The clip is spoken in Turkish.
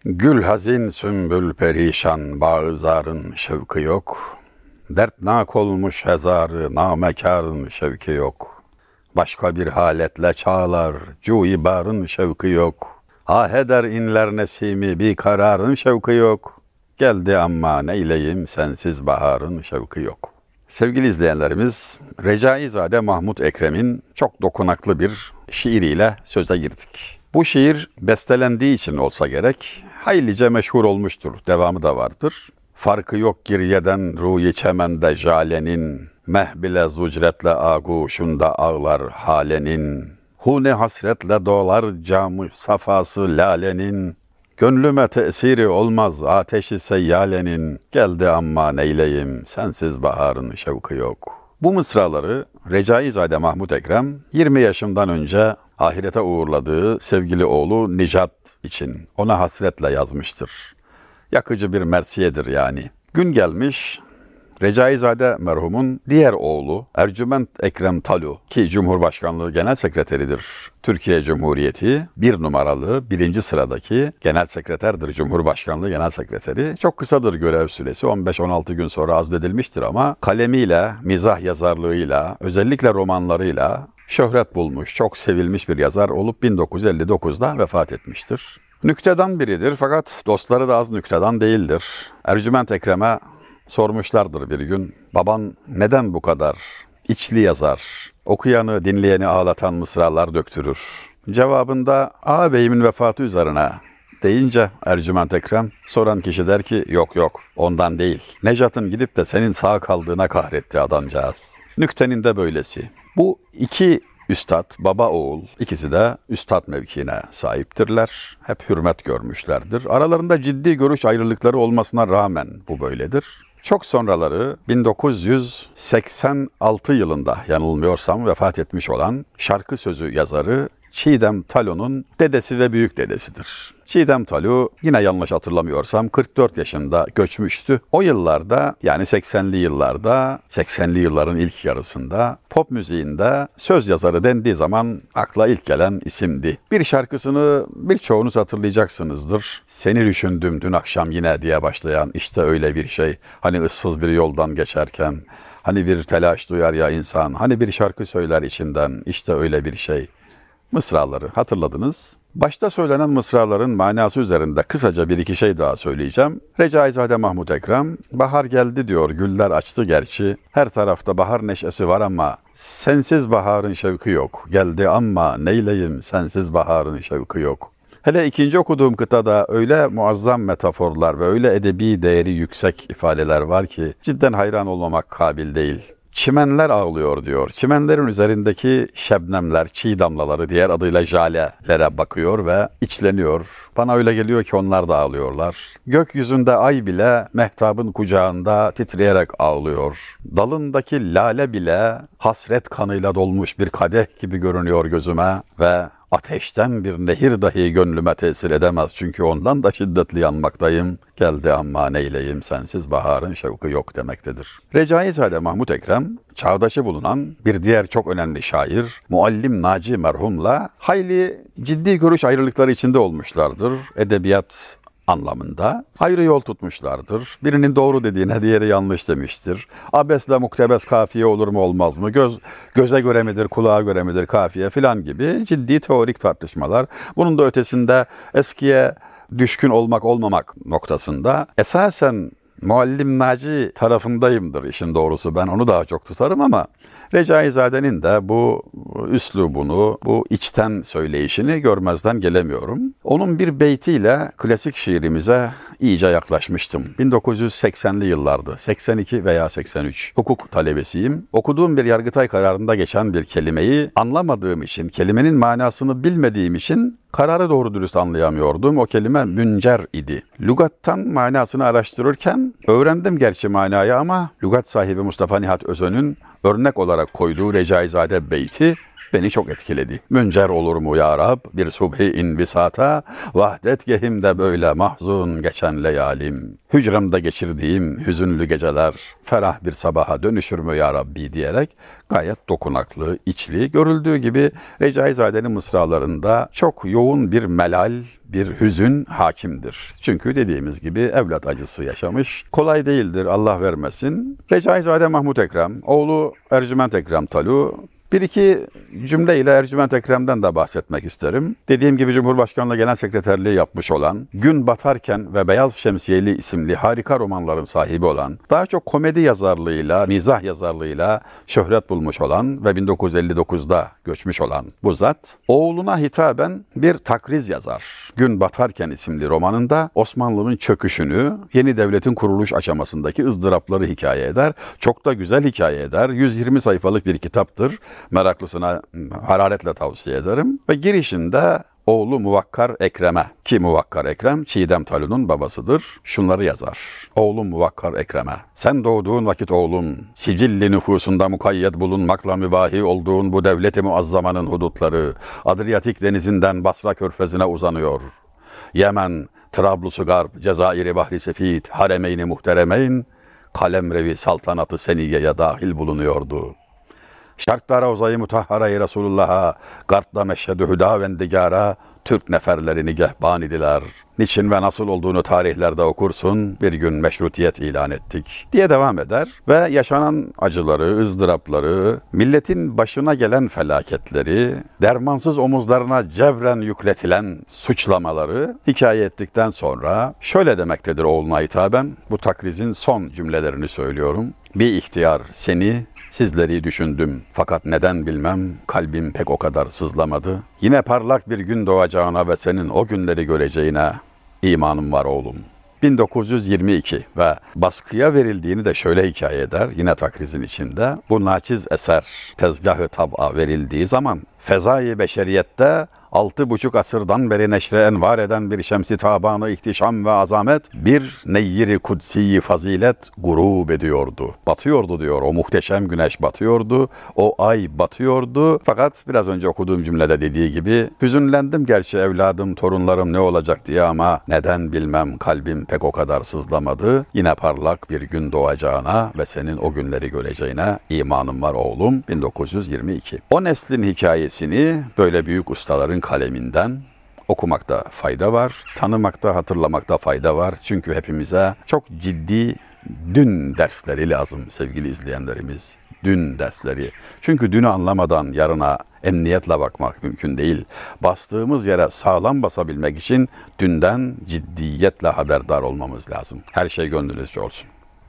Gül hazin sümbül perişan, bağızarın şevki yok. Dertnak olmuş hezarı, namekarın şevki yok. Başka bir haletle çağlar, cuibarın şevki yok. Ah eder inler nesimi, bir kararın şevki yok. Geldi ama neyleyim, sensiz baharın şevki yok. Sevgili izleyenlerimiz, Recaizade Mahmut Ekrem'in çok dokunaklı bir şiiriyle söze girdik. Bu şiir bestelendiği için olsa gerek, haylice meşhur olmuştur, devamı da vardır. Farkı yok giryeden ruhi çemende jalenin, mehbile zucretle aguşunda ağlar halenin, hune hasretle dolar camı safası lalenin, gönlüme tesiri olmaz ateşi seyyalenin, geldi amma neyleyim sensiz baharın şevki yok. Bu mısraları Recaizade Mahmut Ekrem 20 yaşından önce ahirete uğurladığı sevgili oğlu Nicat için ona hasretle yazmıştır. Yakıcı bir mersiyedir yani. Gün gelmiş, Recaizade merhumun diğer oğlu Ercüment Ekrem Talu ki Cumhurbaşkanlığı Genel Sekreteridir. Türkiye Cumhuriyeti bir numaralı birinci sıradaki genel sekreterdir. Cumhurbaşkanlığı Genel Sekreteri. Çok kısadır görev süresi, 15-16 gün sonra azledilmiştir ama kalemiyle, mizah yazarlığıyla, özellikle romanlarıyla şöhret bulmuş, çok sevilmiş bir yazar olup 1959'da vefat etmiştir. Nüktedan biridir fakat dostları da az nüktedan değildir. Ercüment Ekrem'e sormuşlardır bir gün, baban neden bu kadar içli yazar, okuyanı dinleyeni ağlatan mısralar döktürür? Cevabında ağabeyimin vefatı üzerine deyince Ercüment Ekrem, soran kişi der ki yok ondan değil. Necat'ın gidip de senin sağ kaldığına kahretti adamcağız. Nüktenin de böylesi. Bu iki üstad, baba oğul, ikisi de üstad mevkiine sahiptirler. Hep hürmet görmüşlerdir. Aralarında ciddi görüş ayrılıkları olmasına rağmen bu böyledir. Çok sonraları 1986 yılında yanılmıyorsam vefat etmiş olan şarkı sözü yazarı Çiğdem Talu'nun dedesi ve büyük dedesidir. Çiğdem Talu yine yanlış hatırlamıyorsam 44 yaşında göçmüştü. O yıllarda yani 80'li yıllarda, 80'li yılların ilk yarısında pop müziğinde söz yazarı dendiği zaman akla ilk gelen isimdi. Bir şarkısını birçoğunuz hatırlayacaksınızdır. Seni düşündüm dün akşam yine diye başlayan işte öyle bir şey. Hani ıssız bir yoldan geçerken, hani bir telaş duyar ya insan, hani bir şarkı söyler içinden işte öyle bir şey. Mısraları hatırladınız. Başta söylenen mısraların manası üzerinde kısaca bir iki şey daha söyleyeceğim. Recaizade Mahmut Ekrem, bahar geldi diyor, güller açtı gerçi. Her tarafta bahar neşesi var ama sensiz baharın şevki yok. Geldi ama neyleyim sensiz baharın şevki yok. Hele ikinci okuduğum kıtada öyle muazzam metaforlar ve öyle edebi değeri yüksek ifadeler var ki cidden hayran olmamak kabil değil. Çimenler ağlıyor diyor. Çimenlerin üzerindeki şebnemler, çiğ damlaları diğer adıyla jalelere bakıyor ve içleniyor. Bana öyle geliyor ki onlar da ağlıyorlar. Gökyüzünde ay bile mehtabın kucağında titreyerek ağlıyor. Dalındaki lale bile hasret kanıyla dolmuş bir kadeh gibi görünüyor gözüme ve ateşten bir nehir dahi gönlüme tesir edemez çünkü ondan da şiddetli yanmaktayım. Geldi ama neyleyim sensiz baharın şevki yok demektedir. Recaizade Mahmut Ekrem, çağdaşı bulunan bir diğer çok önemli şair, Muallim Naci merhumla hayli ciddi görüş ayrılıkları içinde olmuşlardır. Edebiyat anlamında ayrı yol tutmuşlardır. Birinin doğru dediğine diğeri yanlış demiştir. Abesle muktebes kafiye olur mu olmaz mı? Göze göre midir, kulağa göre midir kafiye filan gibi ciddi teorik tartışmalar. Bunun da ötesinde eskiye düşkün olmak olmamak noktasında esasen Muallim Naci tarafındayımdır işin doğrusu. Ben onu daha çok tutarım ama Recaizade'nin de bu üslubunu, bu içten söyleyişini görmezden gelemiyorum. Onun bir beytiyle klasik şiirimize iyice yaklaşmıştım. 1980'li yıllardı. 82 veya 83. Hukuk talebesiyim. Okuduğum bir Yargıtay kararında geçen bir kelimeyi anlamadığım için, kelimenin manasını bilmediğim için kararı doğru dürüst anlayamıyordum. O kelime müncer idi. Lügattan manasını araştırırken öğrendim gerçi manayı ama lügat sahibi Mustafa Nihat Özön'ün örnek olarak koyduğu Recaizade beyti beni çok etkiledi. Müncer olur mu ya Rab bir subhi inbisata, vahdet gehimde böyle mahzun geçen leyalim. Hücremde geçirdiğim hüzünlü geceler ferah bir sabaha dönüşür mü ya Rabbi diyerek gayet dokunaklı, içli, görüldüğü gibi Recaizade'nin mısralarında çok yoğun bir melal, bir hüzün hakimdir. Çünkü dediğimiz gibi evlat acısı yaşamış. Kolay değildir, Allah vermesin. Recaizade Mahmud Ekrem, oğlu Ercüment Ekrem Talu, bir iki cümleyle Ercüment Ekrem'den de bahsetmek isterim. Dediğim gibi Cumhurbaşkanlığı Genel Sekreterliği yapmış olan, Gün Batarken ve Beyaz Şemsiyeli isimli harika romanların sahibi olan, daha çok komedi yazarlığıyla, mizah yazarlığıyla şöhret bulmuş olan ve 1959'da göçmüş olan bu zat, oğluna hitaben bir takriz yazar. Gün Batarken isimli romanında Osmanlı'nın çöküşünü, yeni devletin kuruluş aşamasındaki ızdırapları hikaye eder. Çok da güzel hikaye eder. 120 sayfalık bir kitaptır. Meraklısına hararetle tavsiye ederim. Ve girişinde oğlu Muvakkar Ekrem'e, ki Muvakkar Ekrem Çiğdem Talu'nun babasıdır, şunları yazar. Oğlum Muvakkar Ekrem'e, sen doğduğun vakit oğlum, sicilli nüfusunda mukayyet bulunmakla mübahi olduğun bu devleti muazzamanın hudutları, Adriyatik denizinden Basra körfezine uzanıyor. Yemen, Trablusu Garp, Cezayir-i Bahri Sefid, Haremeyn-i Muhteremeyn, Kalemrevi saltanatı seniyeye dahil bulunuyordu. Şarkta Ravza-i Mutahhara-i Resulullah'a, Garp'ta Meşhedü Hüda Vendigara, Türk neferleri nigehban idiler. Niçin ve nasıl olduğunu tarihlerde okursun, bir gün meşrutiyet ilan ettik diye devam eder ve yaşanan acıları, ızdırapları, milletin başına gelen felaketleri, dermansız omuzlarına cebren yükletilen suçlamaları hikaye ettikten sonra şöyle demektedir oğluna hitaben, bu takrizin son cümlelerini söylüyorum. Bir ihtiyar seni, sizleri düşündüm. Fakat neden bilmem kalbim pek o kadar sızlamadı. Yine parlak bir gün doğacağına ve senin o günleri göreceğine imanım var oğlum. 1922 ve baskıya verildiğini de şöyle hikaye eder yine takrizin içinde. Bu naçiz eser tezgah-ı tab'a verildiği zaman fezai beşeriyette 6,5 asırdan beri neşre envar eden bir şemsi tabanı ihtişam ve azamet, bir neyyir-i kudsi fazilet gurub ediyordu. Batıyordu diyor, o muhteşem güneş batıyordu, o ay batıyordu. Fakat biraz önce okuduğum cümlede dediği gibi, hüzünlendim gerçi evladım, torunlarım ne olacak diye ama neden bilmem kalbim pek o kadar sızlamadı. Yine parlak bir gün doğacağına ve senin o günleri göreceğine imanım var oğlum. 1922. O neslin hikayesini böyle büyük ustaların kaleminden okumakta fayda var, tanımakta, hatırlamakta fayda var. Çünkü hepimize çok ciddi dün dersleri lazım sevgili izleyenlerimiz. Dün dersleri. Çünkü dünü anlamadan yarına emniyetle bakmak mümkün değil. Bastığımız yere sağlam basabilmek için dünden ciddiyetle haberdar olmamız lazım. Her şey gönlünüzce olsun.